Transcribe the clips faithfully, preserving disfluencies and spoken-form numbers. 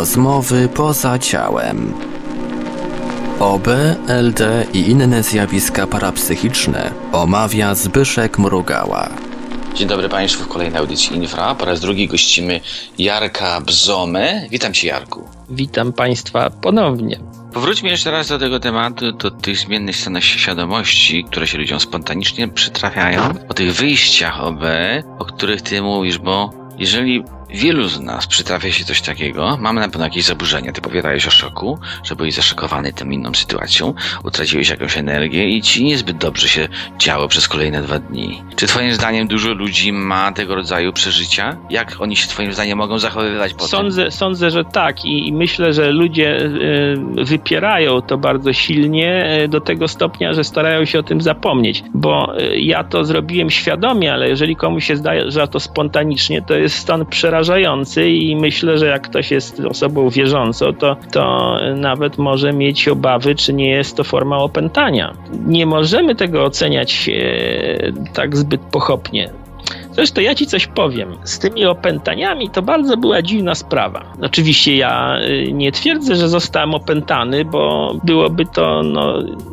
Rozmowy poza ciałem. O B, L D i inne zjawiska parapsychiczne omawia Zbyszek Mrugała. Dzień dobry Państwu w kolejnej audycji Infra. Po raz drugi gościmy Jarka Bzomę. Witam Cię, Jarku. Witam Państwa ponownie. Powróćmy jeszcze raz do tego tematu, do tych zmiennych stanach świadomości, które się ludziom spontanicznie przytrafiają, o tych wyjściach O B, o których Ty mówisz, bo jeżeli wielu z nas przytrafia się coś takiego, mamy na pewno jakieś zaburzenia. Ty powiadałeś o szoku, że byłeś zaszokowany tą inną sytuacją, utraciłeś jakąś energię i ci niezbyt dobrze się działo przez kolejne dwa dni. Czy twoim zdaniem dużo ludzi ma tego rodzaju przeżycia? Jak oni się twoim zdaniem mogą zachowywać potem? Sądzę, sądzę, że tak i, i myślę, że ludzie y, wypierają to bardzo silnie y, do tego stopnia, że starają się o tym zapomnieć, bo y, ja to zrobiłem świadomie, ale jeżeli komuś się zdaje, że to spontanicznie, to jest stan przerażający i myślę, że jak ktoś jest osobą wierzącą, to, to nawet może mieć obawy, czy nie jest to forma opętania. Nie możemy tego oceniać e, tak zbyt pochopnie. Zresztą ja Ci coś powiem. Z tymi opętaniami to bardzo była dziwna sprawa. Oczywiście ja nie twierdzę, że zostałem opętany, bo byłoby to no,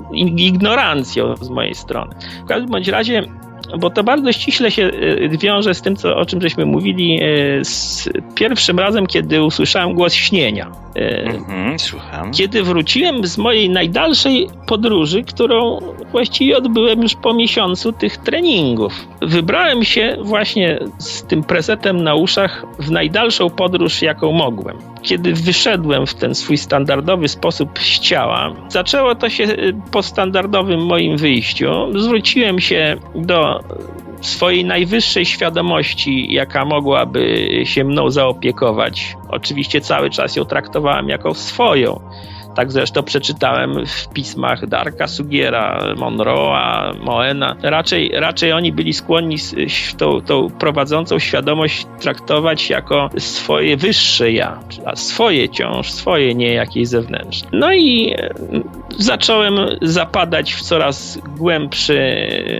ignorancją z mojej strony. W każdym bądź razie, bo to bardzo ściśle się wiąże z tym, co, o czym żeśmy mówili z pierwszym razem, kiedy usłyszałem głos śnienia. Mhm, słucham. Kiedy wróciłem z mojej najdalszej podróży, którą właściwie odbyłem już po miesiącu tych treningów. Wybrałem się właśnie z tym presetem na uszach w najdalszą podróż, jaką mogłem. Kiedy wyszedłem w ten swój standardowy sposób z ciała, zaczęło to się po standardowym moim wyjściu. Zwróciłem się do swojej najwyższej świadomości, jaka mogłaby się mną zaopiekować. Oczywiście cały czas ją traktowałem jako swoją. Tak zresztą przeczytałem w pismach Darka Sugiera, Monroe'a, Moena. Raczej, raczej oni byli skłonni tą, tą prowadzącą świadomość traktować jako swoje wyższe ja, a swoje ciąż, swoje, nie jakieś zewnętrzne. No i zacząłem zapadać w coraz głębszy,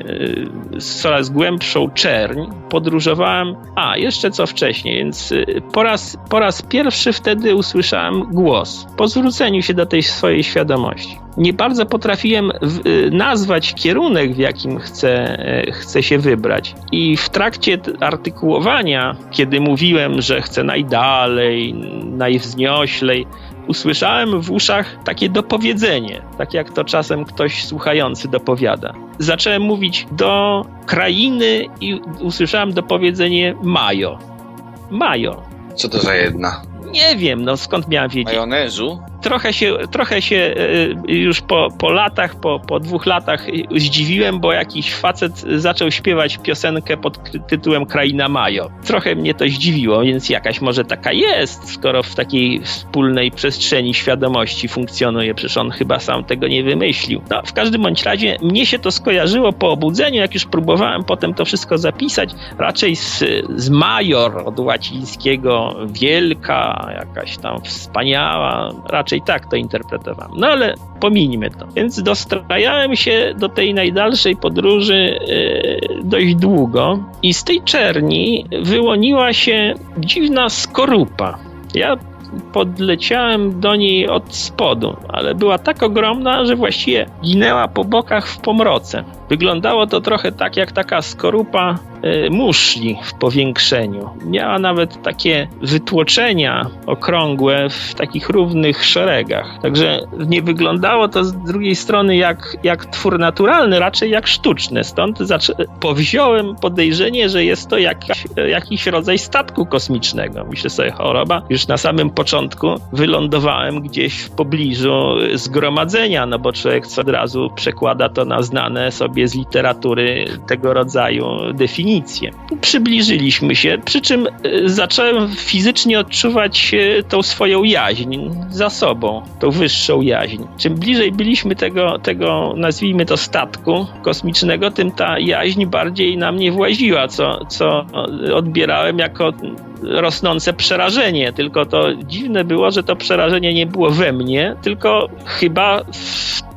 coraz głębszą czerń. Podróżowałem, a jeszcze co wcześniej, więc po raz, po raz pierwszy wtedy usłyszałem głos. Po zwróceniu się do tej swojej świadomości. Nie bardzo potrafiłem w, nazwać kierunek, w jakim chcę, chcę się wybrać. I w trakcie artykułowania, kiedy mówiłem, że chcę najdalej, najwznioślej, usłyszałem w uszach takie dopowiedzenie, tak jak to czasem ktoś słuchający dopowiada. Zacząłem mówić do krainy i usłyszałem dopowiedzenie Majo. Majo. Co to za jedna? Nie wiem, no skąd miałem wiedzieć. Majonezu? Trochę się, trochę się już po, po latach, po, po dwóch latach zdziwiłem, bo jakiś facet zaczął śpiewać piosenkę pod tytułem Kraina Majo. Trochę mnie to zdziwiło, więc jakaś może taka jest, skoro w takiej wspólnej przestrzeni świadomości funkcjonuje. Przecież on chyba sam tego nie wymyślił. No, w każdym bądź razie mnie się to skojarzyło po obudzeniu, jak już próbowałem potem to wszystko zapisać, raczej z, z major od łacińskiego wielka, jakaś tam wspaniała, raczej tak to interpretowałem. No ale pomińmy to. Więc dostrajałem się do tej najdalszej podróży yy, dość długo i z tej czerni wyłoniła się dziwna skorupa. Ja podleciałem do niej od spodu, ale była tak ogromna, że właściwie ginęła po bokach w pomroce. Wyglądało to trochę tak jak taka skorupa y, muszli w powiększeniu. Miała nawet takie wytłoczenia okrągłe w takich równych szeregach. Także nie wyglądało to z drugiej strony jak, jak twór naturalny, raczej jak sztuczny. Stąd zaczę- powziąłem podejrzenie, że jest to jakaś, jakiś rodzaj statku kosmicznego. Myślę sobie, choroba. Już na samym początku wylądowałem gdzieś w pobliżu zgromadzenia, no bo człowiek co od razu przekłada to na znane sobie z literatury tego rodzaju definicje. Przybliżyliśmy się, przy czym zacząłem fizycznie odczuwać tą swoją jaźń za sobą, tą wyższą jaźń. Czym bliżej byliśmy tego, tego nazwijmy to statku kosmicznego, tym ta jaźń bardziej na mnie właziła, co, co odbierałem jako rosnące przerażenie, tylko to dziwne było, że to przerażenie nie było we mnie, tylko chyba w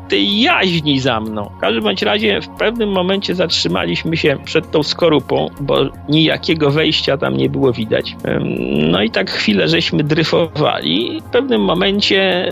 tej jaźni za mną. W każdym bądź razie w pewnym momencie zatrzymaliśmy się przed tą skorupą, bo nijakiego wejścia tam nie było widać. No i tak chwilę żeśmy dryfowali. W pewnym momencie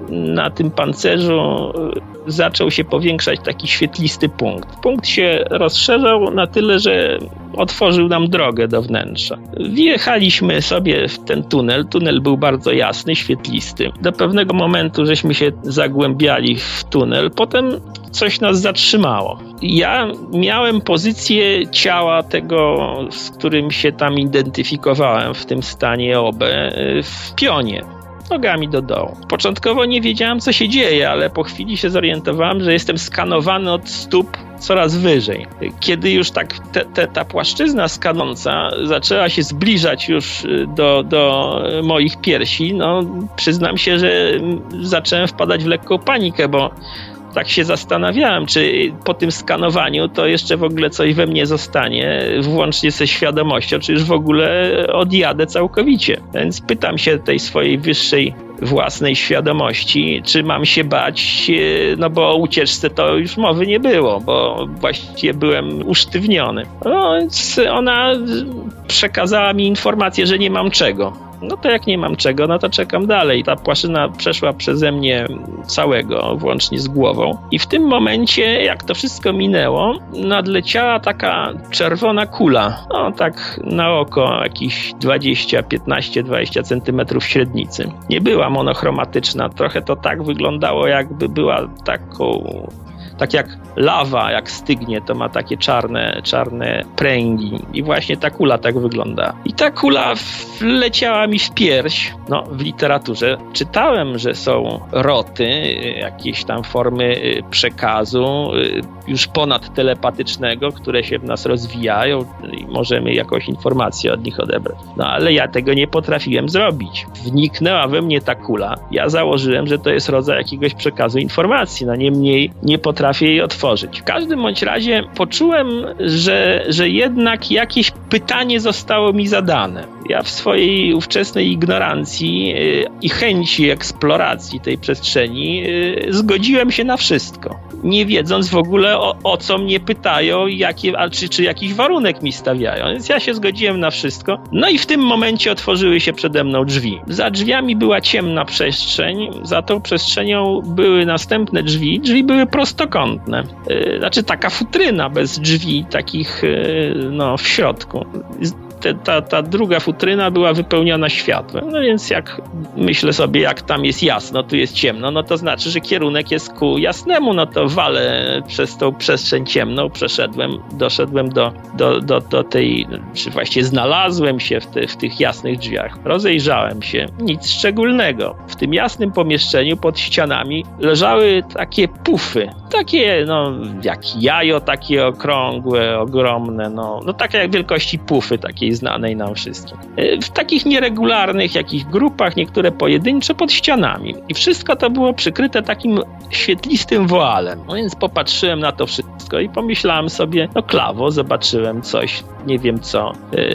na tym pancerzu zaczął się powiększać taki świetlisty punkt. Punkt się rozszerzał na tyle, że otworzył nam drogę do wnętrza. Wjechaliśmy sobie w ten tunel. Tunel był bardzo jasny, świetlisty. Do pewnego momentu żeśmy się zagłębiali w tunel. Potem coś nas zatrzymało. Ja miałem pozycję ciała tego, z którym się tam identyfikowałem w tym stanie O B, w pionie. Nogami do dołu. Początkowo nie wiedziałem, co się dzieje, ale po chwili się zorientowałem, że jestem skanowany od stóp coraz wyżej. Kiedy już tak te, te, ta płaszczyzna skanująca zaczęła się zbliżać już do, do moich piersi, no przyznam się, że zacząłem wpadać w lekką panikę, bo tak się zastanawiałem, czy po tym skanowaniu to jeszcze w ogóle coś we mnie zostanie, włącznie ze świadomością, czy już w ogóle odjadę całkowicie. Więc pytam się tej swojej wyższej własnej świadomości, czy mam się bać, no bo o ucieczce to już mowy nie było, bo właściwie byłem usztywniony. No więc ona przekazała mi informację, że nie mam czego. No to jak nie mam czego, no to czekam dalej. Ta płaszczyzna przeszła przeze mnie całego, włącznie z głową. I w tym momencie, jak to wszystko minęło, nadleciała taka czerwona kula. No tak na oko jakieś dwadzieścia, piętnaście, dwadzieścia centymetrów średnicy. Nie była monochromatyczna. Trochę to tak wyglądało, jakby była taką... Tak jak lawa, jak stygnie, to ma takie czarne, czarne pręgi. I właśnie ta kula tak wygląda. I ta kula wleciała mi w pierś. No, w literaturze czytałem, że są roty, jakieś tam formy przekazu, już ponad telepatycznego, które się w nas rozwijają i możemy jakąś informację od nich odebrać. No, ale ja tego nie potrafiłem zrobić. Wniknęła we mnie ta kula. Ja założyłem, że to jest rodzaj jakiegoś przekazu informacji. No, niemniej nie potrafiłem jej otworzyć. W każdym bądź razie poczułem, że, że jednak jakieś pytanie zostało mi zadane. Ja w swojej ówczesnej ignorancji yy, i chęci eksploracji tej przestrzeni yy, zgodziłem się na wszystko. Nie wiedząc w ogóle o, o co mnie pytają, jakie, a czy, czy jakiś warunek mi stawiają. Więc ja się zgodziłem na wszystko. No i w tym momencie otworzyły się przede mną drzwi. Za drzwiami była ciemna przestrzeń, za tą przestrzenią były następne drzwi. Drzwi były prostokątne. Yy, znaczy taka futryna bez drzwi takich yy, no, w środku. Te, ta, ta druga futryna była wypełniona światłem. No więc jak myślę sobie, jak tam jest jasno, tu jest ciemno, no to znaczy, że kierunek jest ku jasnemu, no to walę przez tą przestrzeń ciemną, przeszedłem, doszedłem do, do, do, do tej, czy właściwie znalazłem się w, te, w tych jasnych drzwiach. Rozejrzałem się, nic szczególnego. W tym jasnym pomieszczeniu pod ścianami leżały takie pufy, takie no jak jajo, takie okrągłe, ogromne, no, no takie jak wielkości pufy, takiej znanej nam wszystkim. W takich nieregularnych jakichś grupach, niektóre pojedyncze pod ścianami. I wszystko to było przykryte takim świetlistym woalem. No więc popatrzyłem na to wszystko i pomyślałem sobie, no klawo, zobaczyłem coś, nie wiem co.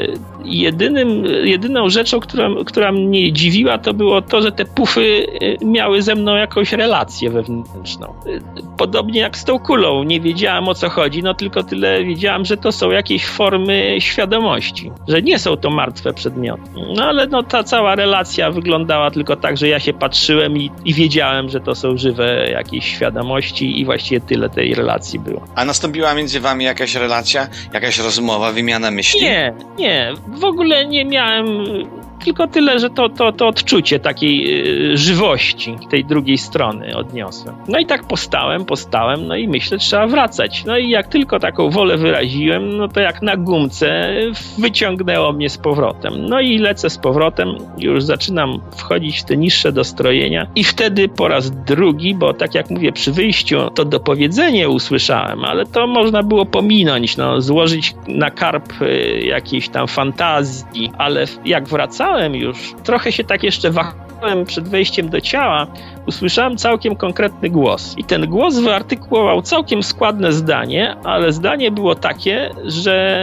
Jedynym, jedyną rzeczą, która, która mnie dziwiła, to było to, że te pufy miały ze mną jakąś relację wewnętrzną. Podobnie jak z tą kulą. Nie wiedziałem, o co chodzi, no tylko tyle wiedziałem, że to są jakieś formy świadomości, że nie są to martwe przedmioty. No ale no ta cała relacja wyglądała tylko tak, że ja się patrzyłem i, i wiedziałem, że to są żywe jakieś świadomości i właściwie tyle tej relacji było. A nastąpiła między wami jakaś relacja, jakaś rozmowa, wymiana myśli? Nie, nie. W ogóle nie miałem... Tylko tyle, że to, to, to odczucie takiej y, żywości tej drugiej strony odniosłem. No i tak postałem, postałem, no i myślę, trzeba wracać. No i jak tylko taką wolę wyraziłem, no to jak na gumce wyciągnęło mnie z powrotem. No i lecę z powrotem, już zaczynam wchodzić w te niższe dostrojenia i wtedy po raz drugi, bo tak jak mówię, przy wyjściu to dopowiedzenie usłyszałem, ale to można było pominąć, no, złożyć na karp y, jakiejś tam fantazji, ale jak wracałem już, trochę się tak jeszcze wahałem przed wejściem do ciała, usłyszałem całkiem konkretny głos. I ten głos wyartykułował całkiem składne zdanie, ale zdanie było takie, że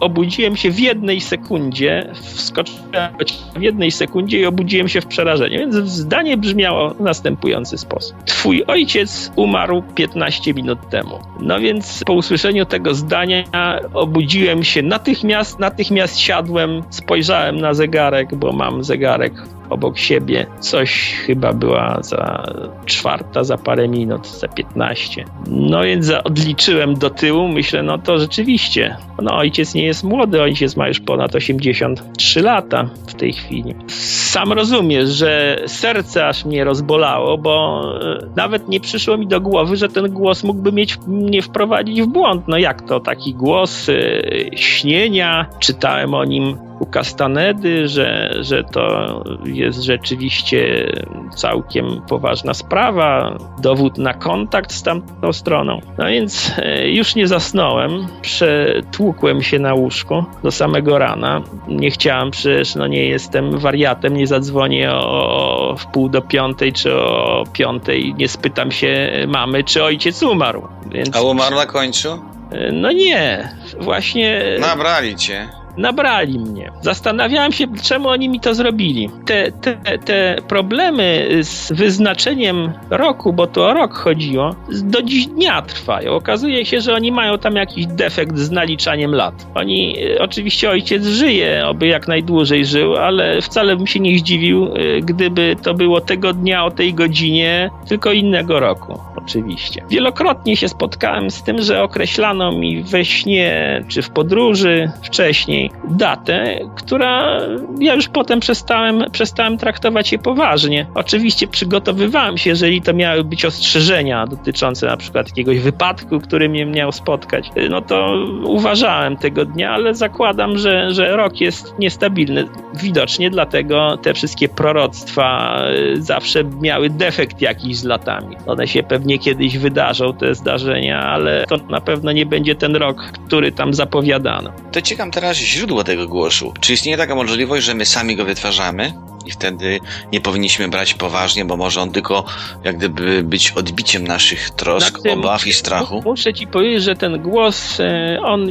obudziłem się w jednej sekundzie, wskoczyłem w jednej sekundzie i obudziłem się w przerażeniu. Więc zdanie brzmiało w następujący sposób. Twój ojciec umarł piętnaście minut temu. No więc po usłyszeniu tego zdania obudziłem się natychmiast, natychmiast siadłem, spojrzałem na zegarek, bo mam zegarek obok siebie. Coś chyba była za czwarta, za parę minut, za piętnaście. No więc odliczyłem do tyłu, myślę, no to rzeczywiście, no ojciec nie jest młody, ojciec ma już ponad osiemdziesiąt trzy lata w tej chwili. Sam rozumiesz, że serce aż mnie rozbolało, bo nawet nie przyszło mi do głowy, że ten głos mógłby mieć, mnie wprowadzić w błąd. No jak to, taki głos yy, śnienia, czytałem o nim u Castanedy, że, że to jest rzeczywiście całkiem poważna sprawa, dowód na kontakt z tamtą stroną. No więc już nie zasnąłem, przetłukłem się na łóżku do samego rana. Nie chciałem, przecież no nie jestem wariatem, nie zadzwonię o, o w pół do piątej czy o piątej, nie spytam się mamy, czy ojciec umarł. Więc... A umarł na końcu? No nie, właśnie... Nabrali cię. Nabrali mnie. Zastanawiałem się, czemu oni mi to zrobili. Te, te, te problemy z wyznaczeniem roku, bo to o rok chodziło, do dziś dnia trwają. Okazuje się, że oni mają tam jakiś defekt z naliczaniem lat. Oni, oczywiście ojciec żyje, oby jak najdłużej żył, ale wcale bym się nie zdziwił, gdyby to było tego dnia o tej godzinie, tylko innego roku. Oczywiście. Wielokrotnie się spotkałem z tym, że określano mi we śnie czy w podróży wcześniej datę, która ja już potem przestałem, przestałem traktować je poważnie. Oczywiście przygotowywałem się, jeżeli to miały być ostrzeżenia dotyczące na przykład jakiegoś wypadku, który mnie miał spotkać, no to uważałem tego dnia, ale zakładam, że, że rok jest niestabilny. Widocznie dlatego te wszystkie proroctwa zawsze miały defekt jakiś z latami. One się pewnie kiedyś wydarzą, te zdarzenia, ale to na pewno nie będzie ten rok, który tam zapowiadano. To ciekam teraz źródło tego głosu. Czy istnieje taka możliwość, że my sami go wytwarzamy i wtedy nie powinniśmy brać poważnie, bo może on tylko jak gdyby być odbiciem naszych trosk, znaczy, obaw i strachu? Muszę ci powiedzieć, że ten głos, on...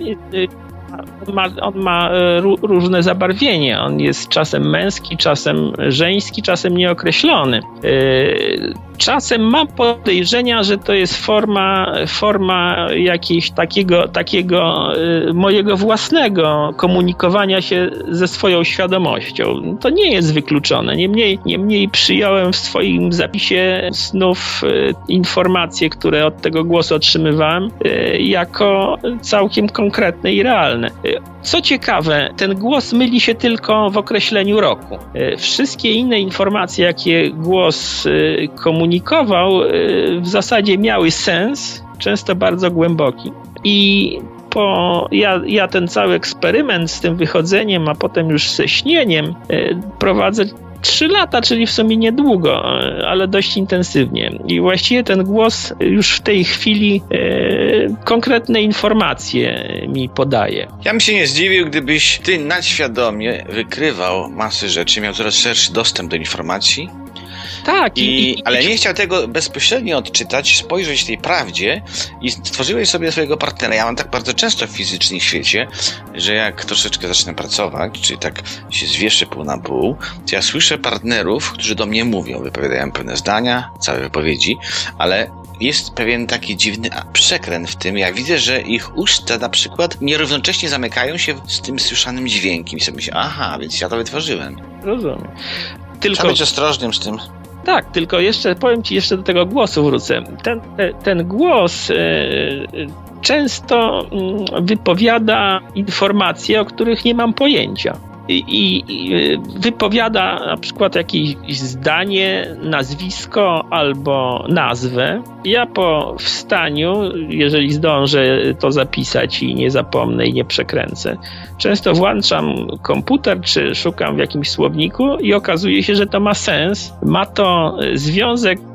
On ma, on ma różne zabarwienie. On jest czasem męski, czasem żeński, czasem nieokreślony. Czasem mam podejrzenia, że to jest forma, forma jakiegoś takiego, takiego mojego własnego komunikowania się ze swoją świadomością. To nie jest wykluczone. Niemniej, niemniej przyjąłem w swoim zapisie snów informacje, które od tego głosu otrzymywałem, jako całkiem konkretne i realne. Co ciekawe, ten głos myli się tylko w określeniu roku. Wszystkie inne informacje, jakie głos komunikował, w zasadzie miały sens, często bardzo głęboki. I po, ja, ja ten cały eksperyment z tym wychodzeniem, a potem już ze śnieniem prowadzę Trzy lata, czyli w sumie niedługo, ale dość intensywnie. I właściwie ten głos już w tej chwili e, konkretne informacje mi podaje. Ja bym się nie zdziwił, gdybyś ty nadświadomie wykrywał masę rzeczy, miał coraz szerszy dostęp do informacji. Tak. I, i, ale nie chciał tego bezpośrednio odczytać, spojrzeć tej prawdzie i stworzyłeś sobie swojego partnera. Ja mam tak bardzo często w fizycznym świecie, że jak troszeczkę zacznę pracować, czyli tak się zwieszę pół na pół, to ja słyszę partnerów, którzy do mnie mówią, wypowiadają pewne zdania, całe wypowiedzi, ale jest pewien taki dziwny przekręt w tym. Ja widzę, że ich usta na przykład nierównocześnie zamykają się z tym słyszanym dźwiękiem i sobie myślę, aha, więc ja to wytworzyłem. Rozumiem. Tylko... Trzeba być ostrożnym z tym. Tak, tylko jeszcze powiem ci, jeszcze do tego głosu wrócę. Ten, ten głos e, często wypowiada informacje, o których nie mam pojęcia. I, i wypowiada na przykład jakieś zdanie, nazwisko albo nazwę. Ja po wstaniu, jeżeli zdążę to zapisać i nie zapomnę i nie przekręcę, często włączam komputer czy szukam w jakimś słowniku i okazuje się, że to ma sens. Ma to związek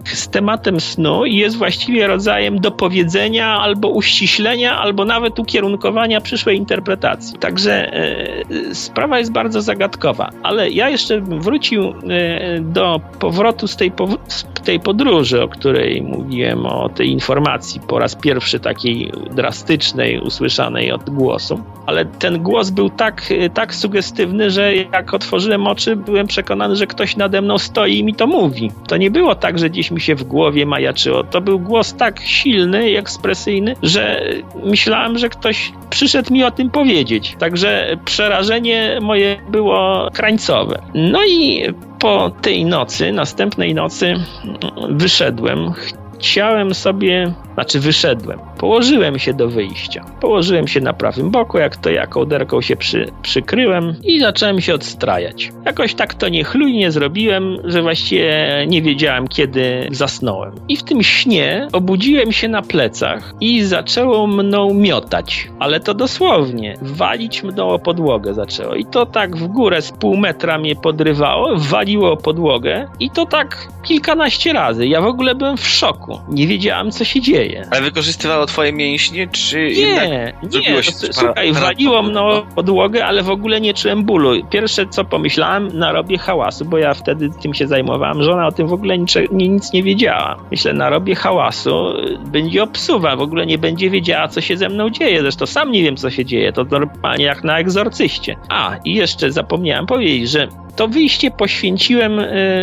z tematem snu i jest właściwie rodzajem dopowiedzenia albo uściślenia, albo nawet ukierunkowania przyszłej interpretacji. Także e, sprawa jest bardzo zagadkowa, ale ja jeszcze bym wrócił e, do powrotu z tej, pow- z tej podróży, o której mówiłem, o tej informacji po raz pierwszy takiej drastycznej, usłyszanej od głosu. Ale ten głos był tak, tak sugestywny, że jak otworzyłem oczy, byłem przekonany, że ktoś nade mną stoi i mi to mówi. To nie było tak, że gdzieś mi się w głowie majaczyło. To był głos tak silny i ekspresyjny, że myślałem, że ktoś przyszedł mi o tym powiedzieć. Także przerażenie moje było krańcowe. No i po tej nocy, następnej nocy wyszedłem. Chciałem sobie, znaczy wyszedłem, położyłem się do wyjścia. Położyłem się na prawym boku, jak to ja kołderką się przy, przykryłem i zacząłem się odstrajać. Jakoś tak to niechlujnie zrobiłem, że właściwie nie wiedziałem, kiedy zasnąłem. I w tym śnie obudziłem się na plecach i zaczęło mną miotać. Ale to dosłownie, walić mną o podłogę zaczęło. I to tak w górę z pół metra mnie podrywało, waliło o podłogę i to tak kilkanaście razy. Ja w ogóle byłem w szoku. Nie wiedziałem, co się dzieje. Ale wykorzystywało twoje mięśnie, czy Nie, jednak nie, no, się słuchaj, para, waliło mną o podłogę, ale w ogóle nie czułem bólu. Pierwsze, co pomyślałem, narobię hałasu, bo ja wtedy tym się zajmowałem. Żona o tym w ogóle nic, nic nie wiedziała. Myślę, narobię hałasu, będzie obsuwa, w ogóle nie będzie wiedziała, co się ze mną dzieje. Zresztą sam nie wiem, co się dzieje. To normalnie jak na egzorcyście. A, i jeszcze zapomniałem powiedzieć, że to wyjście poświęciłem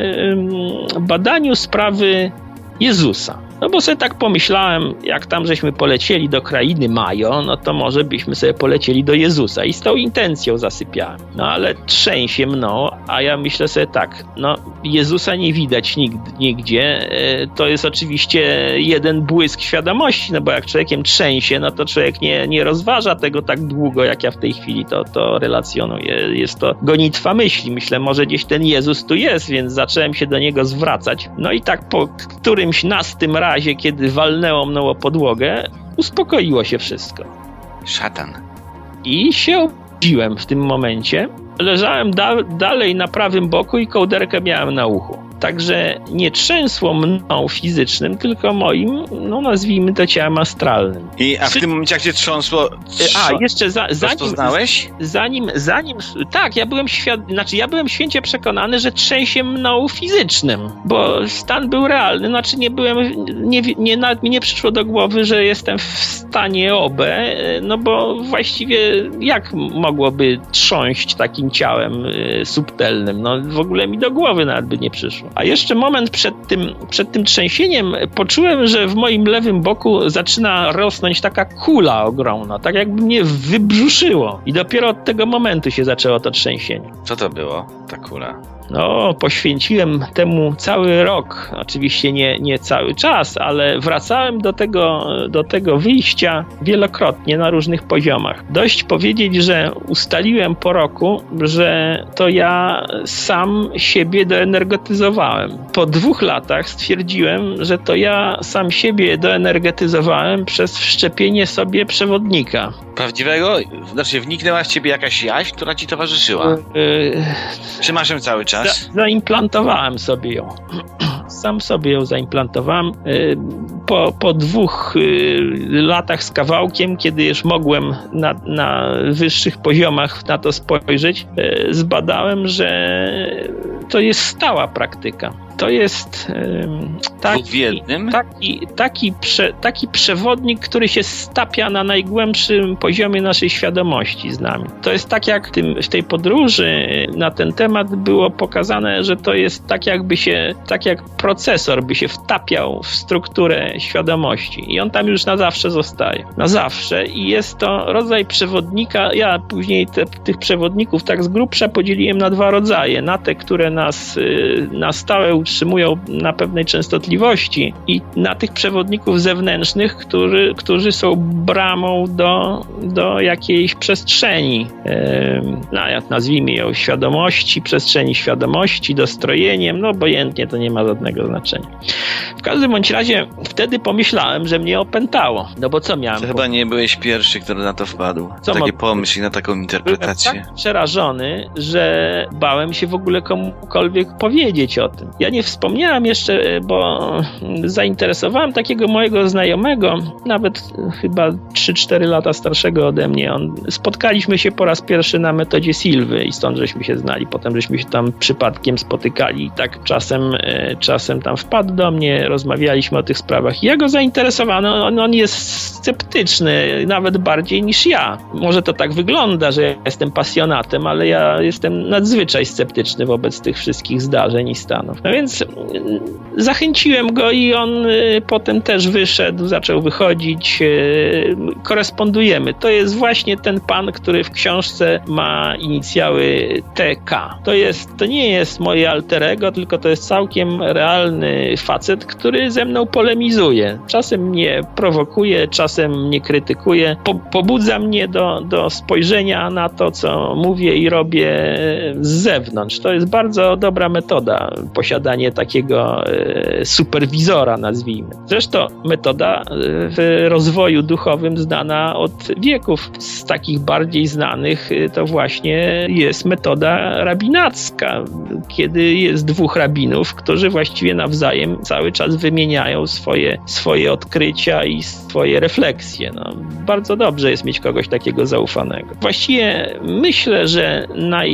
yy, badaniu sprawy Jezusa. No bo sobie tak pomyślałem, jak tam żeśmy polecieli do krainy Majo, no to może byśmy sobie polecieli do Jezusa i z tą intencją zasypiałem. No ale trzęsie mną, a ja myślę sobie tak, no Jezusa nie widać nigdy, nigdzie. To jest oczywiście jeden błysk świadomości, no bo jak człowiekiem trzęsie, no to człowiek nie, nie rozważa tego tak długo, jak ja w tej chwili to, to relacjonuję. Jest to gonitwa myśli. Myślę, może gdzieś ten Jezus tu jest, więc zacząłem się do Niego zwracać. No i tak po którymś nastym razie, kiedy walnęło mną o podłogę, uspokoiło się wszystko. Szatan. I się obudziłem w tym momencie. Leżałem da- dalej na prawym boku i kołderkę miałem na uchu. Także nie trzęsło mną fizycznym, tylko moim, no nazwijmy to ciałem astralnym. I, a w Czy... tym momencie, jak cię trząsło... A, jeszcze za, zanim... Rozpoznałeś? Zanim, zanim... Tak, ja byłem świad... Znaczy, ja byłem święcie przekonany, że trzęsie mną fizycznym, bo stan był realny. Znaczy, nie byłem... Nie, nie, nawet mi nie przyszło do głowy, że jestem w stanie O B, no bo właściwie jak mogłoby trząść takim ciałem y, subtelnym? No w ogóle mi do głowy nawet by nie przyszło. A jeszcze moment przed tym, przed tym trzęsieniem poczułem, że w moim lewym boku zaczyna rosnąć taka kula ogromna, tak jakby mnie wybrzuszyło. I dopiero od tego momentu się zaczęło to trzęsienie. Co to było, ta kula? No, poświęciłem temu cały rok. Oczywiście nie, nie cały czas, ale wracałem do tego, do tego wyjścia wielokrotnie na różnych poziomach. Dość powiedzieć, że ustaliłem po roku, że to ja sam siebie doenergetyzowałem. Po dwóch latach stwierdziłem, że to ja sam siebie doenergetyzowałem przez wszczepienie sobie przewodnika. Prawdziwego? Znaczy wniknęła w ciebie jakaś jaźń, która ci towarzyszyła? Yy, Czy masz ją cały czas? Za, zaimplantowałem sobie ją. Sam sobie ją zaimplantowałem. Yy, po, po dwóch yy, latach z kawałkiem, kiedy już mogłem na, na wyższych poziomach na to spojrzeć, yy, zbadałem, że to jest stała praktyka. To jest yy, taki, w jednym? taki, taki, prze, taki przewodnik, który się stapia na najgłębszym poziomie naszej świadomości z nami. To jest tak jak w, tym, w tej podróży na ten temat było pokazane, że to jest tak jakby się, tak jak procesor by się wtapiał w strukturę świadomości i on tam już na zawsze zostaje. Na zawsze i jest to rodzaj przewodnika. Ja później te, tych przewodników tak z grubsza podzieliłem na dwa rodzaje. Na te, które nas yy, na stałe utrzymują na pewnej częstotliwości i na tych przewodników zewnętrznych, który, którzy są bramą do, do jakiejś przestrzeni, yy, nazwijmy ją świadomości, przestrzeni świadomości, dostrojeniem, no obojętnie, to nie ma żadnego znaczenia. W każdym bądź razie wtedy pomyślałem, że mnie opętało, no bo co miałem? To chyba nie byłeś pierwszy, który na to wpadł. Co Taki mo- pomysł i na taką interpretację. Byłem tak przerażony, że bałem się w ogóle komukolwiek powiedzieć o tym. Ja nie wspomniałem jeszcze, bo zainteresowałem takiego mojego znajomego, nawet chyba trzy cztery lata starszego ode mnie. On, spotkaliśmy się po raz pierwszy na metodzie Silwy i stąd żeśmy się znali. Potem żeśmy się tam przypadkiem spotykali i tak czasem, czasem tam wpadł do mnie, rozmawialiśmy o tych sprawach. I ja go zainteresowałem. On, on jest sceptyczny, nawet bardziej niż ja. Może to tak wygląda, że ja jestem pasjonatem, ale ja jestem nadzwyczaj sceptyczny wobec tych wszystkich zdarzeń i stanów. No więc zachęciłem go i on potem też wyszedł, zaczął wychodzić. Korespondujemy. To jest właśnie ten pan, który w książce ma inicjały T K. To jest, to nie jest moje alter ego, tylko to jest całkiem realny facet, który ze mną polemizuje. Czasem mnie prowokuje, czasem mnie krytykuje, po, pobudza mnie do, do spojrzenia na to, co mówię i robię z zewnątrz. To jest bardzo dobra metoda, posiadanie takiego e, superwizora, nazwijmy. Zresztą metoda w rozwoju duchowym znana od wieków. Z takich bardziej znanych to właśnie jest metoda rabinacka, kiedy jest dwóch rabinów, którzy właściwie nawzajem cały czas wymieniają swoje, swoje odkrycia i swoje refleksje. No, bardzo dobrze jest mieć kogoś takiego zaufanego. Właściwie myślę, że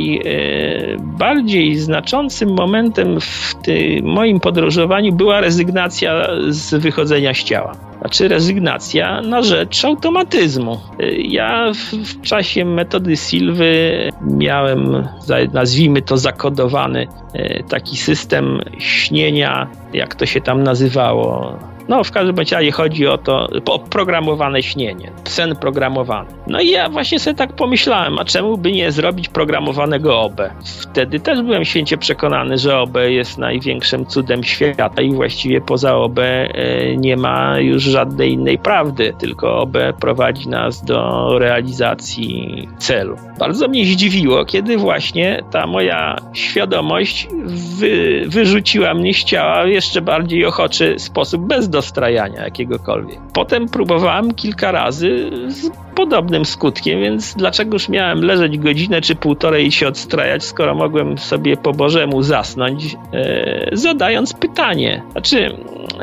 najbardziej znaczącym momentem w tym moim podróżowaniu była rezygnacja z wychodzenia z ciała. Znaczy rezygnacja na rzecz automatyzmu. Ja w, w czasie metody Silwy miałem, nazwijmy to, zakodowany taki system śnienia, jak to się tam nazywało. No, w każdym razie chodzi o to, o programowane śnienie, sen programowany. No i ja właśnie sobie tak pomyślałem, a czemu by nie zrobić programowanego O B? Wtedy też byłem święcie przekonany, że O B jest największym cudem świata i właściwie poza O B nie ma już żadnej innej prawdy, tylko O B prowadzi nas do realizacji celu. Bardzo mnie zdziwiło, kiedy właśnie ta moja świadomość wy, wyrzuciła mnie z ciała w jeszcze bardziej ochoczy sposób, bez dostrajania jakiegokolwiek. Potem próbowałem kilka razy z podobnym skutkiem, więc dlaczegoż miałem leżeć godzinę czy półtorej i się odstrajać, skoro mogłem sobie po Bożemu zasnąć, e, zadając pytanie. Znaczy,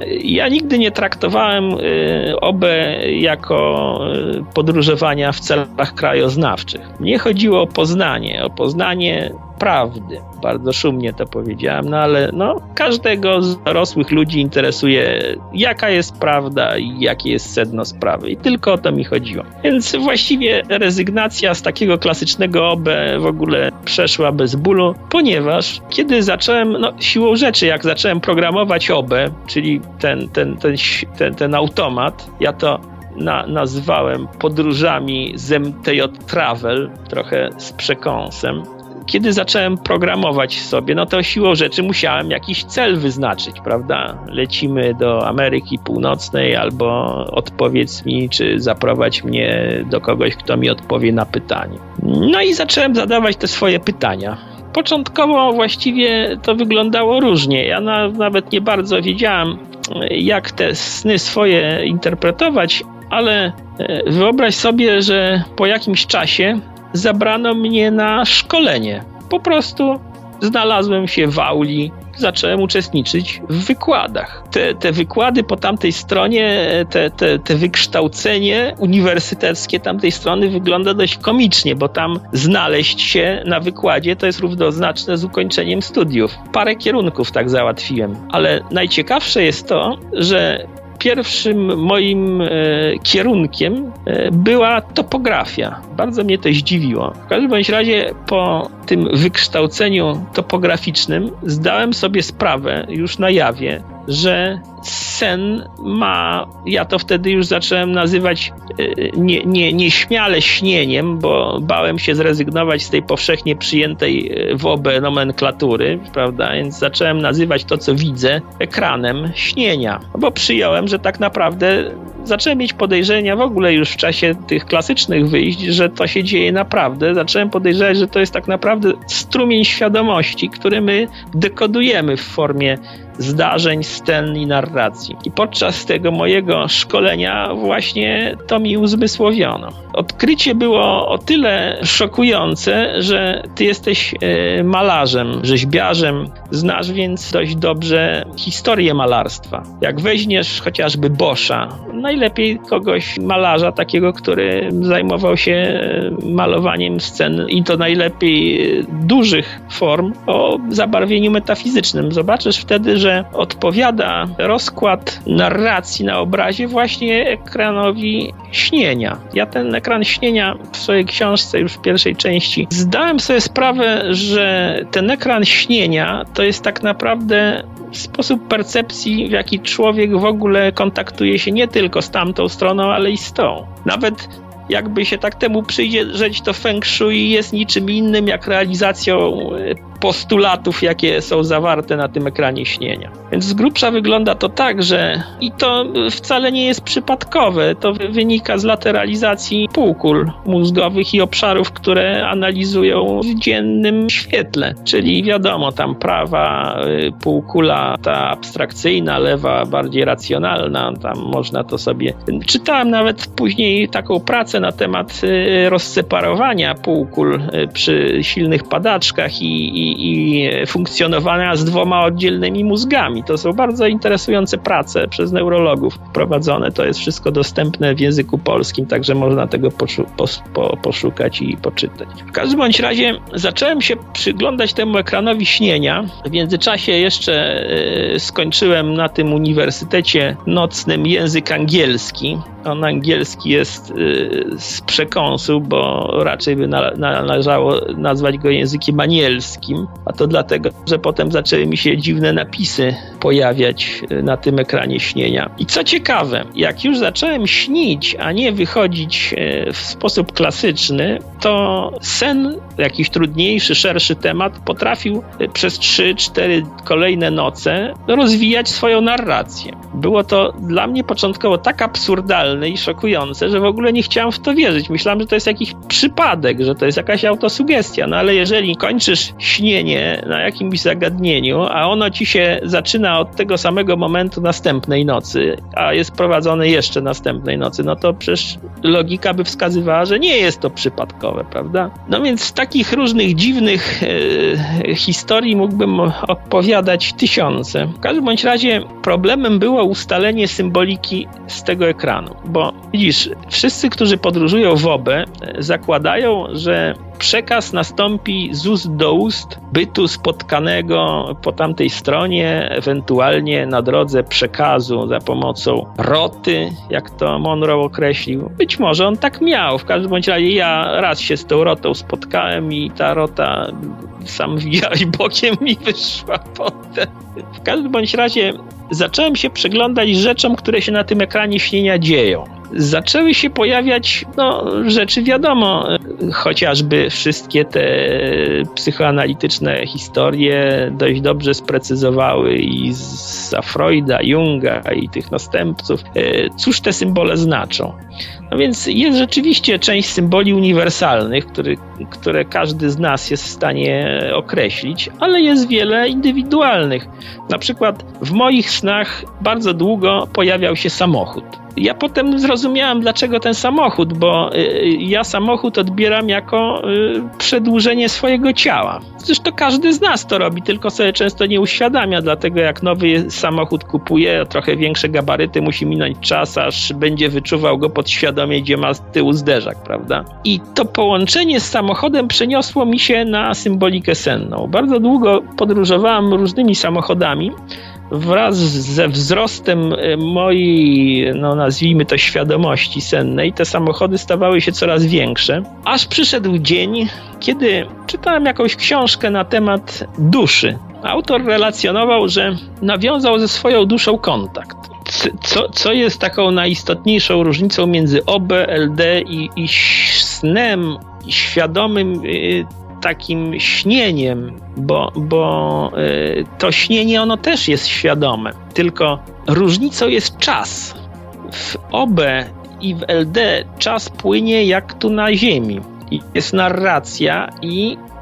ja nigdy nie traktowałem e, O B jako e, podróżowania w celach krajoznawczych. Mnie chodziło o poznanie, o poznanie prawdy. Bardzo szumnie to powiedziałem, no ale no, każdego z dorosłych ludzi interesuje, jaka jest prawda i jakie jest sedno sprawy. I tylko o to mi chodziło. Więc właściwie rezygnacja z takiego klasycznego O B w ogóle przeszła bez bólu, ponieważ kiedy zacząłem, no siłą rzeczy, jak zacząłem programować O B, czyli ten, ten, ten, ten, ten automat, ja to Na, nazwałem podróżami z M T J Travel, trochę z przekąsem. Kiedy zacząłem programować sobie, no to siłą rzeczy musiałem jakiś cel wyznaczyć, prawda? Lecimy do Ameryki Północnej albo odpowiedz mi, czy zaprowadź mnie do kogoś, kto mi odpowie na pytanie. No i zacząłem zadawać te swoje pytania. Początkowo właściwie to wyglądało różnie. Ja na, nawet nie bardzo wiedziałem, jak te sny swoje interpretować, ale wyobraź sobie, że po jakimś czasie zabrano mnie na szkolenie. Po prostu znalazłem się w auli, zacząłem uczestniczyć w wykładach. Te, te wykłady po tamtej stronie, te, te, te wykształcenie uniwersyteckie tamtej strony wygląda dość komicznie, bo tam znaleźć się na wykładzie to jest równoznaczne z ukończeniem studiów. Parę kierunków tak załatwiłem, ale najciekawsze jest to, że pierwszym moim e, kierunkiem e, była topografia. Bardzo mnie to zdziwiło. W każdym bądź razie po tym wykształceniu topograficznym zdałem sobie sprawę już na jawie, że sen ma, ja to wtedy już zacząłem nazywać nie, nie, nieśmiale śnieniem, bo bałem się zrezygnować z tej powszechnie przyjętej w O B nomenklatury, prawda? Więc zacząłem nazywać to, co widzę, ekranem śnienia. Bo przyjąłem, że tak naprawdę zacząłem mieć podejrzenia w ogóle już w czasie tych klasycznych wyjść, że to się dzieje naprawdę. Zacząłem podejrzewać, że to jest tak naprawdę strumień świadomości, który my dekodujemy w formie zdarzeń, scen i narracji. I podczas tego mojego szkolenia właśnie to mi uzmysłowiono. Odkrycie było o tyle szokujące, że ty jesteś e, malarzem, rzeźbiarzem, znasz więc dość dobrze historię malarstwa. Jak weźmiesz chociażby Boscha, najlepiej kogoś malarza takiego, który zajmował się malowaniem scen i to najlepiej dużych form o zabarwieniu metafizycznym. Zobaczysz wtedy, że odpowiada rozkład narracji na obrazie właśnie ekranowi śnienia. Ja ten ekran śnienia w swojej książce już w pierwszej części zdałem sobie sprawę, że ten ekran śnienia to jest tak naprawdę sposób percepcji, w jaki człowiek w ogóle kontaktuje się nie tylko z tamtą stroną, ale i z tą. Nawet jakby się tak temu przyjrzeć, to Feng Shui jest niczym innym jak realizacją postulatów, jakie są zawarte na tym ekranie śnienia. Więc z grubsza wygląda to tak, że i to wcale nie jest przypadkowe, to wynika z lateralizacji półkul mózgowych i obszarów, które analizują w dziennym świetle. Czyli wiadomo, tam prawa półkula, ta abstrakcyjna, lewa bardziej racjonalna, tam można to sobie... Czytałem nawet później taką pracę na temat rozseparowania półkul przy silnych padaczkach i, i i funkcjonowania z dwoma oddzielnymi mózgami. To są bardzo interesujące prace przez neurologów prowadzone. To jest wszystko dostępne w języku polskim, także można tego poszu- pos- po- poszukać i poczytać. W każdym bądź razie zacząłem się przyglądać temu ekranowi śnienia. W międzyczasie jeszcze y, skończyłem na tym uniwersytecie nocnym język angielski. On angielski jest y, z przekąsu, bo raczej by na, na, należało nazwać go językiem anielskim, a to dlatego, że potem zaczęły mi się dziwne napisy pojawiać na tym ekranie śnienia. I co ciekawe, jak już zacząłem śnić, a nie wychodzić w sposób klasyczny, to sen, jakiś trudniejszy, szerszy temat, potrafił przez trzy cztery kolejne noce rozwijać swoją narrację. Było to dla mnie początkowo tak absurdalne i szokujące, że w ogóle nie chciałem w to wierzyć. Myślałem, że to jest jakiś przypadek, że to jest jakaś autosugestia, no ale jeżeli kończysz śnienie na jakimś zagadnieniu, a ono ci się zaczyna od tego samego momentu następnej nocy, a jest prowadzone jeszcze następnej nocy, no to przecież logika by wskazywała, że nie jest to przypadkowe, prawda? No więc z takich różnych dziwnych e, historii mógłbym opowiadać tysiące. W każdym bądź razie problemem było ustalenie symboliki z tego ekranu, bo widzisz, wszyscy, którzy podróżują w obę, zakładają, że przekaz nastąpi z ust do ust bytu spotkanego po tamtej stronie, ewentualnie na drodze przekazu za pomocą roty, jak to Monroe określił. Być może on tak miał. W każdym bądź razie ja raz się z tą rotą spotkałem i ta rota, sam widziałeś, bokiem mi wyszła potem. W każdym bądź razie zacząłem się przyglądać rzeczom, które się na tym ekranie śnienia dzieją. Zaczęły się pojawiać no, rzeczy wiadomo, chociażby wszystkie te psychoanalityczne historie dość dobrze sprecyzowały i za Freuda, Junga i tych następców, cóż te symbole znaczą. No więc jest rzeczywiście część symboli uniwersalnych, który, które każdy z nas jest w stanie określić, ale jest wiele indywidualnych. Na przykład w moich snach bardzo długo pojawiał się samochód. Ja potem zrozumiałem, dlaczego ten samochód, bo y, ja samochód odbieram jako y, przedłużenie swojego ciała. Zresztą każdy z nas to robi, tylko sobie często nie uświadamia, dlatego jak nowy samochód kupuje, trochę większe gabaryty, musi minąć czas, aż będzie wyczuwał go podświadomie, gdzie ma z tyłu zderzak, prawda? I to połączenie z samochodem przeniosło mi się na symbolikę senną. Bardzo długo podróżowałem różnymi samochodami. Wraz ze wzrostem mojej, no nazwijmy to, świadomości sennej, te samochody stawały się coraz większe, aż przyszedł dzień, kiedy czytałem jakąś książkę na temat duszy. Autor relacjonował, że nawiązał ze swoją duszą kontakt. Co, co jest taką najistotniejszą różnicą między O B, L D i, i snem, i świadomym yy, takim śnieniem, bo, bo y, to śnienie ono też jest świadome, tylko różnicą jest czas. W O B i w L D czas płynie jak tu na ziemi. I jest narracja i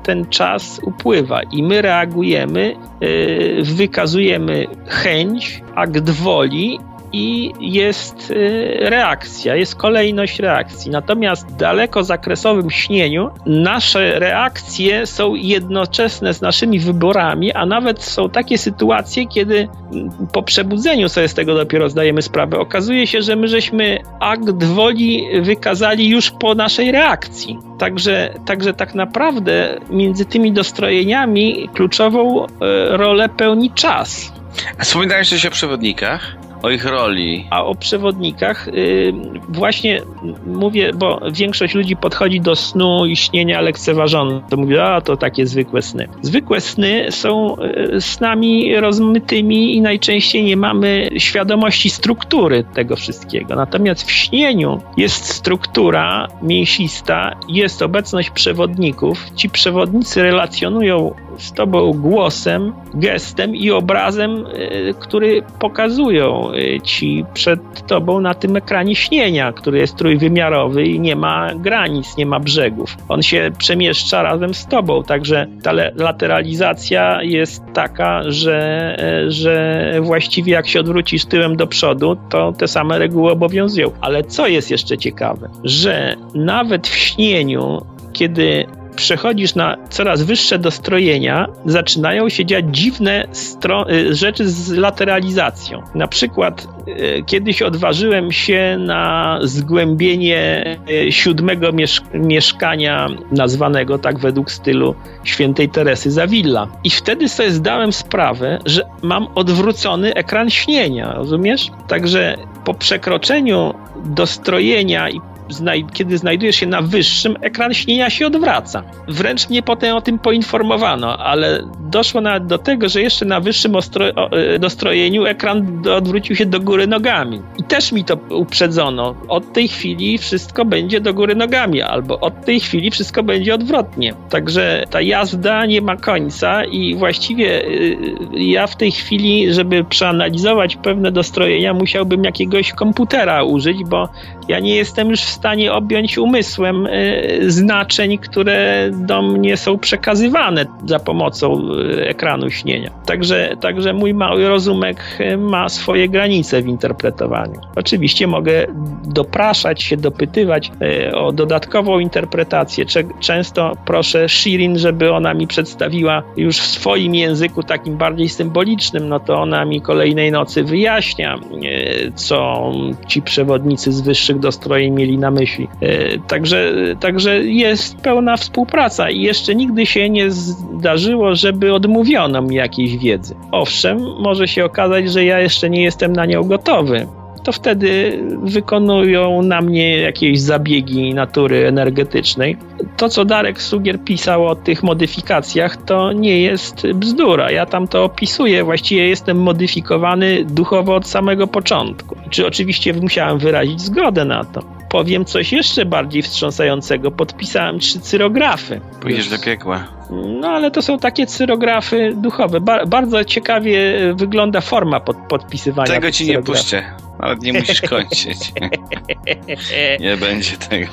ten czas upływa i my reagujemy, yy, wykazujemy chęć, akt woli i jest y, reakcja, jest kolejność reakcji. Natomiast w dalekozakresowym śnieniu nasze reakcje są jednoczesne z naszymi wyborami, a nawet są takie sytuacje, kiedy po przebudzeniu sobie z tego dopiero zdajemy sprawę. Okazuje się, że my żeśmy akt woli wykazali już po naszej reakcji. Także, także tak naprawdę między tymi dostrojeniami kluczową y, rolę pełni czas. A wspominałeś coś o przewodnikach? O ich roli. A o przewodnikach yy, właśnie mówię, bo większość ludzi podchodzi do snu i śnienia lekceważąco. To mówi, a to takie zwykłe sny. Zwykłe sny są yy, snami rozmytymi i najczęściej nie mamy świadomości struktury tego wszystkiego. Natomiast w śnieniu jest struktura mięsista, jest obecność przewodników. Ci przewodnicy relacjonują z tobą głosem, gestem i obrazem, yy, który pokazują ci przed tobą na tym ekranie śnienia, który jest trójwymiarowy i nie ma granic, nie ma brzegów. On się przemieszcza razem z tobą, także ta lateralizacja jest taka, że, że właściwie jak się odwrócisz tyłem do przodu, to te same reguły obowiązują. Ale co jest jeszcze ciekawe, że nawet w śnieniu, kiedy przechodzisz na coraz wyższe dostrojenia, zaczynają się dziać dziwne stro- rzeczy z lateralizacją. Na przykład e, kiedyś odważyłem się na zgłębienie e, siódmego miesz- mieszkania, nazwanego tak według stylu świętej Teresy z Avila. I wtedy sobie zdałem sprawę, że mam odwrócony ekran śnienia, rozumiesz? Także po przekroczeniu dostrojenia i Znaj- kiedy znajdujesz się na wyższym, ekran śnienia się odwraca. Wręcz mnie potem o tym poinformowano, ale doszło nawet do tego, że jeszcze na wyższym ostro- o, dostrojeniu ekran do- odwrócił się do góry nogami. I też mi to uprzedzono. Od tej chwili wszystko będzie do góry nogami, albo od tej chwili wszystko będzie odwrotnie. Także ta jazda nie ma końca i właściwie y, ja w tej chwili, żeby przeanalizować pewne dostrojenia, musiałbym jakiegoś komputera użyć, bo ja nie jestem już w stanie objąć umysłem y, znaczeń, które do mnie są przekazywane za pomocą y, ekranu śnienia. Także, także mój mały rozumek y, ma swoje granice w interpretowaniu. Oczywiście mogę dopraszać się, dopytywać y, o dodatkową interpretację. Cze- często proszę Shirin, żeby ona mi przedstawiła już w swoim języku, takim bardziej symbolicznym, no to ona mi kolejnej nocy wyjaśnia, y, co ci przewodnicy z wyższych dostrojeń mieli na myśli. Także, także jest pełna współpraca i jeszcze nigdy się nie zdarzyło, żeby odmówiono mi jakiejś wiedzy. Owszem, może się okazać, że ja jeszcze nie jestem na nią gotowy. To wtedy wykonują na mnie jakieś zabiegi natury energetycznej. To, co Darek Sugier pisał o tych modyfikacjach, to nie jest bzdura. Ja tam to opisuję. Właściwie jestem modyfikowany duchowo od samego początku. Czy oczywiście musiałem wyrazić zgodę na to. Powiem coś jeszcze bardziej wstrząsającego. Podpisałem trzy cyrografy. Pójdziesz do piekła. No ale to są takie cyrografy duchowe. Ba- bardzo ciekawie wygląda forma pod- podpisywania. Tego ci nie cyrografów. puszczę. Nawet nie musisz kończyć. Nie będzie tego.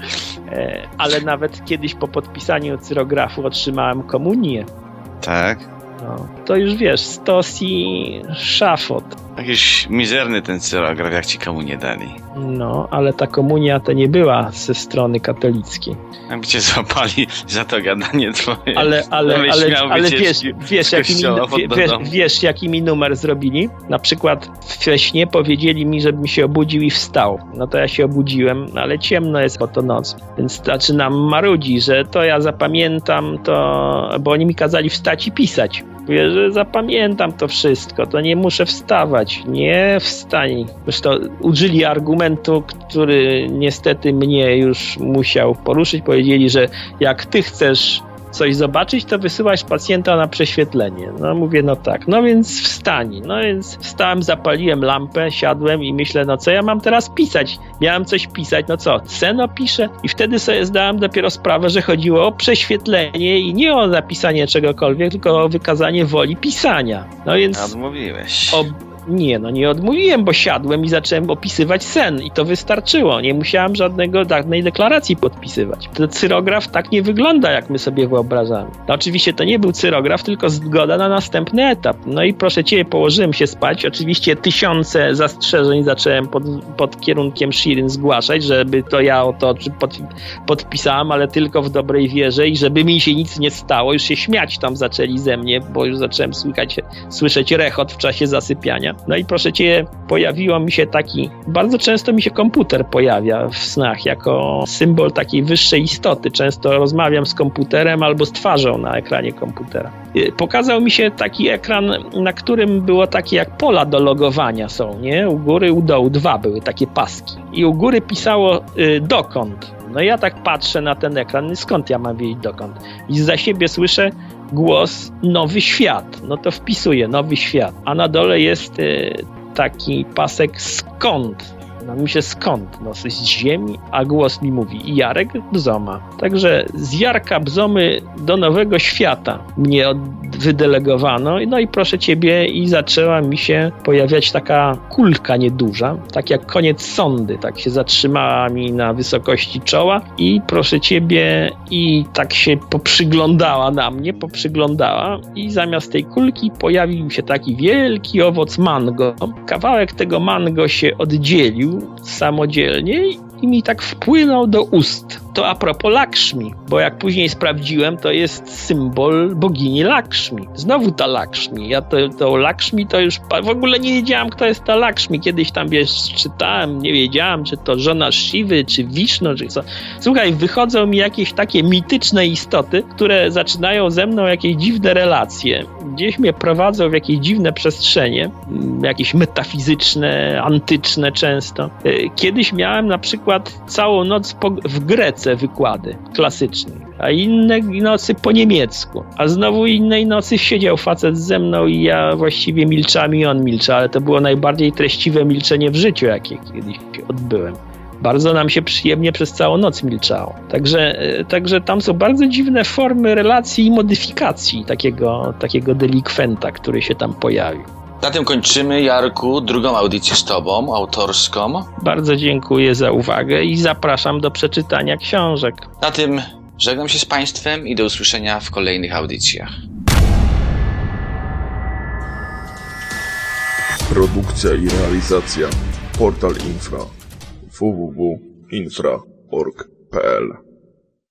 Ale nawet kiedyś po podpisaniu cyrografu otrzymałem komunię. Tak? No, to już wiesz, stos i szafot. Jakiś mizerny ten cyrograf, jak ci komu nie dali. No, ale ta komunia to nie była ze strony katolickiej. Jakby cię złapali za to gadanie twoje. Ale, ale, Byś ale, miał ale wiesz, wycieczki wiesz, z jaki mi, kościoła pod wie, wiesz, domu. wiesz, jaki mi numer zrobili? Na przykład we śnie powiedzieli mi, żebym się obudził i wstał. No to ja się obudziłem, ale ciemno jest, bo to noc. Więc zaczynam marudzić, że to ja zapamiętam to, bo oni mi kazali wstać i pisać. Mówię, że zapamiętam to wszystko, to nie muszę wstawać. Nie wstań. Zresztą użyli argumentu, który niestety mnie już musiał poruszyć. Powiedzieli, że jak ty chcesz coś zobaczyć, to wysyłasz pacjenta na prześwietlenie. No mówię, no tak. No więc wstań. No więc wstałem, zapaliłem lampę, siadłem i myślę, no co ja mam teraz pisać? Miałem coś pisać, no co? Sen opiszę? I wtedy sobie zdałem dopiero sprawę, że chodziło o prześwietlenie i nie o napisanie czegokolwiek, tylko o wykazanie woli pisania. No więc Odmówiłeś. ob, Nie, no nie odmówiłem, bo siadłem i zacząłem opisywać sen i to wystarczyło. Nie musiałem żadnego, żadnej deklaracji podpisywać. To cyrograf tak nie wygląda, jak my sobie wyobrażamy. No oczywiście to nie był cyrograf, tylko zgoda na następny etap. No i proszę cię, położyłem się spać. Oczywiście tysiące zastrzeżeń zacząłem pod, pod kierunkiem Shirin zgłaszać, żeby to ja o to pod, podpisałem, ale tylko w dobrej wierze i żeby mi się nic nie stało. Już się śmiać tam zaczęli ze mnie, bo już zacząłem słychać, słyszeć rechot w czasie zasypiania. No i proszę cię, pojawiło mi się taki, bardzo często mi się komputer pojawia w snach jako symbol takiej wyższej istoty. Często rozmawiam z komputerem albo z twarzą na ekranie komputera. Pokazał mi się taki ekran, na którym było takie jak pola do logowania są, nie? U góry, u dołu dwa były takie paski. I u góry pisało y, dokąd. No ja tak patrzę na ten ekran, skąd ja mam wiedzieć dokąd? I za siebie słyszę głos nowy świat. No to wpisuję nowy świat. A na dole jest y, taki pasek skąd. No mi się skąd? No z ziemi, a głos mi mówi Jarek Bzoma. Także z Jarka Bzomy do nowego świata mnie od, wydelegowano. No i proszę ciebie, i zaczęła mi się pojawiać taka kulka nieduża, tak jak koniec sondy, tak się zatrzymała mi na wysokości czoła i proszę ciebie, i tak się poprzyglądała na mnie, poprzyglądała i zamiast tej kulki pojawił się taki wielki owoc mango. Kawałek tego mango się oddzielił samodzielnie i mi tak wpłynął do ust. To a propos Lakshmi, bo jak później sprawdziłem, to jest symbol bogini Lakshmi. Znowu ta Lakshmi. Ja to, to Lakshmi to już w ogóle nie wiedziałem, kto jest ta Lakshmi. Kiedyś tam wiesz, czytałem, nie wiedziałem, czy to żona Shiwy, czy Wisznu, czy co. Słuchaj, wychodzą mi jakieś takie mityczne istoty, które zaczynają ze mną jakieś dziwne relacje. Gdzieś mnie prowadzą w jakieś dziwne przestrzenie, jakieś metafizyczne, antyczne często. Kiedyś miałem na przykład całą noc po, w Grece wykłady klasycznej, a innej nocy po niemiecku, a znowu innej nocy siedział facet ze mną i ja właściwie milczałem i on milczał, ale to było najbardziej treściwe milczenie w życiu, jakie kiedyś odbyłem. Bardzo nam się przyjemnie przez całą noc milczało. Także, także tam są bardzo dziwne formy relacji i modyfikacji takiego, takiego delikwenta, który się tam pojawił. Na tym kończymy, Jarku, drugą audycję z tobą, autorską. Bardzo dziękuję za uwagę i zapraszam do przeczytania książek. Na tym żegnam się z państwem i do usłyszenia w kolejnych audycjach. Produkcja i realizacja Portal Infra w w w kropka infra kropka org kropka p l